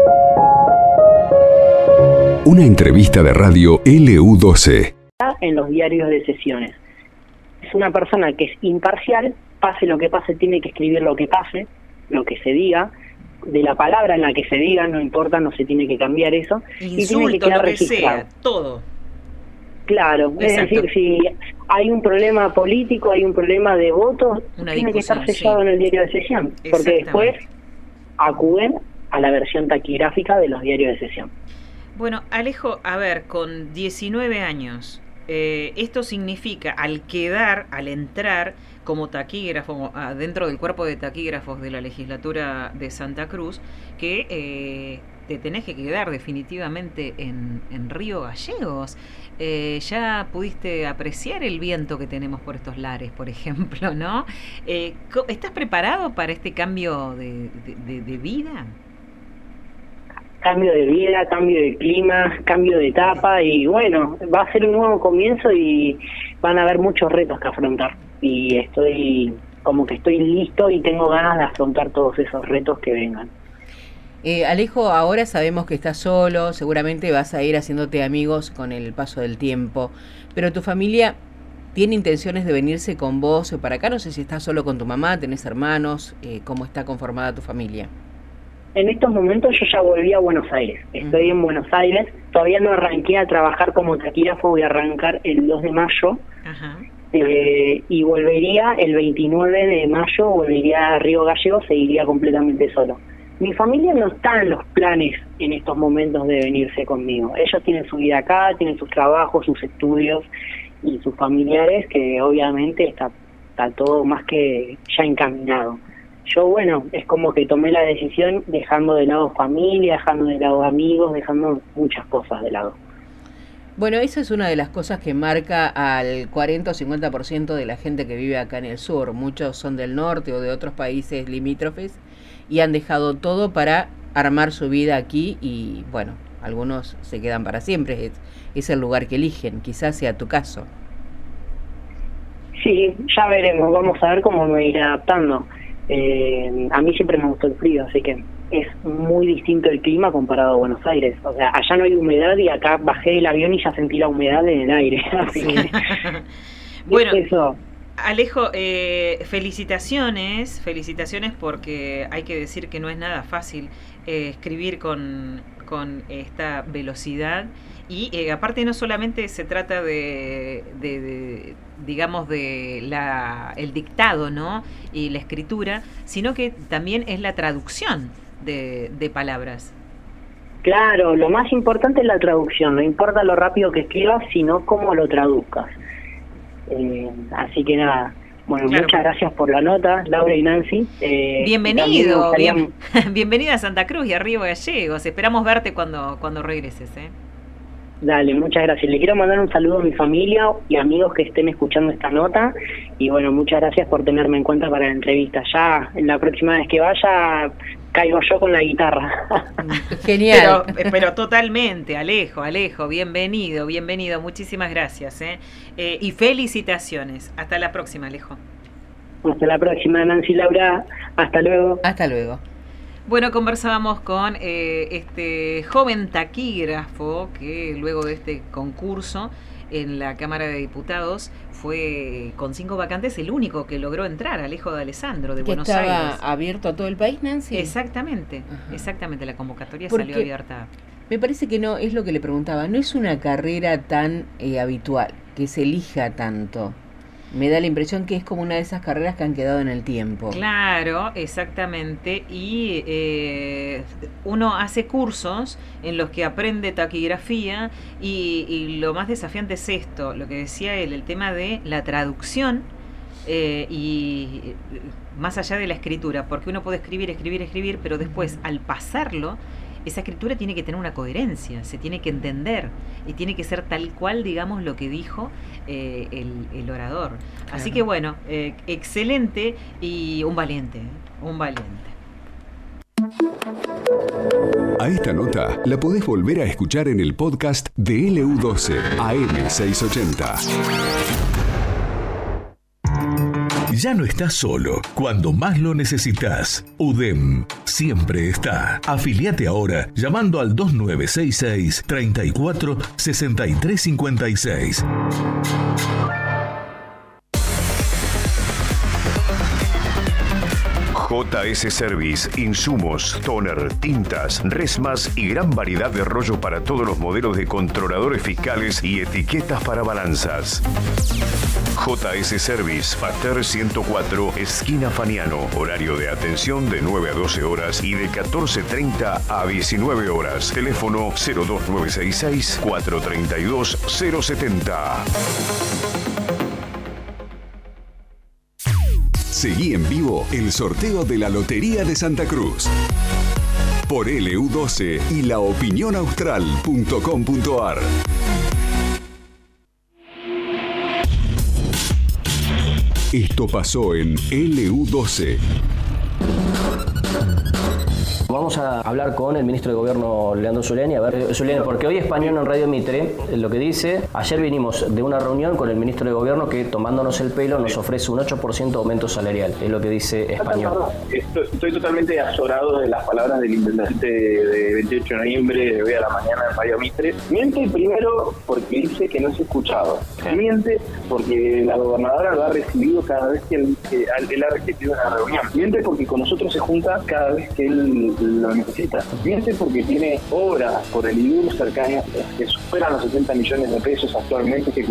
Una entrevista de radio LU12. En los diarios de sesiones. Es una persona que es imparcial, pase lo que pase, tiene que escribir lo que pase, lo que se diga, de la palabra en la que se diga, no importa, no se tiene que cambiar eso. Insulto, y tiene que quedar lo que registrado. sea, todo. Claro, Exacto. Es decir, si hay un problema político, hay un problema de votos, tiene que estar sellado en el diario de sesión, porque después acuden a la versión taquigráfica de los diarios de sesión. Bueno, Alejo, a ver, con 19 años, esto significa, al entrar como taquígrafo dentro del cuerpo de taquígrafos de la legislatura de Santa Cruz, que te tenés que quedar definitivamente en Río Gallegos. Ya pudiste apreciar el viento que tenemos por estos lares, por ejemplo, ¿no? ¿Estás preparado para este cambio de vida? Cambio de vida, cambio de clima, cambio de etapa, y bueno, va a ser un nuevo comienzo y van a haber muchos retos que afrontar, y estoy listo y tengo ganas de afrontar todos esos retos que vengan. Alejo, ahora sabemos que estás solo, seguramente vas a ir haciéndote amigos con el paso del tiempo, pero tu familia tiene intenciones de venirse con vos para acá. No sé si estás solo con tu mamá, tenés hermanos, ¿cómo está conformada tu familia? En estos momentos yo ya volví a Buenos Aires, estoy en Buenos Aires, todavía no arranqué a trabajar como taquígrafo, voy a arrancar el 2 de mayo. Ajá. Y volvería el 29 de mayo, volvería a Río Gallegos, seguiría completamente solo. Mi familia no está en los planes en estos momentos de venirse conmigo, ellos tienen su vida acá, tienen sus trabajos, sus estudios y sus familiares, que obviamente está todo más que ya encaminado. Yo, bueno, es como que tomé la decisión dejando de lado familia, dejando de lado amigos, dejando muchas cosas de lado. Bueno, esa es una de las cosas que marca al 40 o 50% de la gente que vive acá en el sur. Muchos son del norte o de otros países limítrofes y han dejado todo para armar su vida aquí y, bueno, algunos se quedan para siempre. Es el lugar que eligen, quizás sea tu caso. Sí, ya veremos, vamos a ver cómo me iré adaptando. A mí siempre me gustó el frío, así que es muy distinto el clima comparado a Buenos Aires. O sea, allá no hay humedad y acá bajé del avión y ya sentí la humedad en el aire. Así que, bueno, eso. Alejo, felicitaciones porque hay que decir que no es nada fácil escribir con esta velocidad. Y aparte no solamente se trata digamos, el dictado, ¿no? Y la escritura, sino que también es la traducción de palabras. Claro, lo más importante es la traducción, no importa lo rápido que escribas, sino cómo lo traduzcas. Así que nada, bueno, claro. Muchas gracias por la nota, Laura y Nancy. Bienvenido, bienvenida a Santa Cruz y a Río Gallegos. Esperamos verte cuando regreses, Dale, muchas gracias. Le quiero mandar un saludo a mi familia y amigos que estén escuchando esta nota. Y bueno, muchas gracias por tenerme en cuenta para la entrevista. Ya en la próxima vez que vaya, caigo yo con la guitarra. Genial. Pero totalmente, Alejo, bienvenido. Muchísimas gracias. Y felicitaciones. Hasta la próxima, Alejo. Hasta la próxima, Nancy, Laura. Hasta luego. Hasta luego. Bueno, conversábamos con este joven taquígrafo que luego de este concurso en la Cámara de Diputados fue con 5 vacantes el único que logró entrar, Alejo de Alessandro, de Buenos Aires. ¿Estaba abierto a todo el país, Nancy? Exactamente, la convocatoria salió abierta. Me parece que no, es lo que le preguntaba, no es una carrera tan habitual, que se elija tanto. Me da la impresión que es como una de esas carreras que han quedado en el tiempo. Claro, exactamente. Y uno hace cursos en los que aprende taquigrafía y lo más desafiante es esto, lo que decía él, el tema de la traducción y más allá de la escritura, porque uno puede escribir, pero después al pasarlo, esa escritura tiene que tener una coherencia, se tiene que entender y tiene que ser tal cual, digamos, lo que dijo el orador. Claro. Así que bueno, excelente y un valiente. A esta nota la podés volver a escuchar en el podcast de LU12 AM680. Ya no estás solo cuando más lo necesitas. UDEM siempre está. Afiliate ahora llamando al 2966 34 63 56. JS Service, insumos, toner, tintas, resmas y gran variedad de rollo para todos los modelos de controladores fiscales y etiquetas para balanzas. JS Service, Pasteur 104, esquina Faniano. Horario de atención de 9 a 12 horas y de 14:30 a 19 horas. Teléfono 02966 432 070. Seguí en vivo el sorteo de la Lotería de Santa Cruz por LU12 y laopinionaustral.com.ar. Esto pasó en LU12. Vamos a hablar con el ministro de Gobierno, Leandro Zuliani, a ver, Zuliani, porque hoy Español en Radio Mitre lo que dice, ayer vinimos de una reunión con el ministro de Gobierno que, tomándonos el pelo, nos ofrece un 8% de aumento salarial, es lo que dice Español. Estoy totalmente azorado de las palabras del intendente de 28 de noviembre de hoy a la mañana en Radio Mitre. Miente primero porque dice que no se ha escuchado. Miente porque la gobernadora lo ha recibido cada vez que él ha recibido una reunión. Miente porque con nosotros se junta cada vez que él lo necesita. Miente porque tiene obras por el IDUR cercanas que superan los 70 millones de pesos actualmente que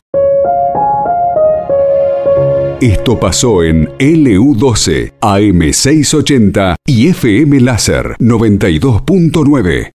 Esto pasó en LU12, AM680 y FM Láser 92.9.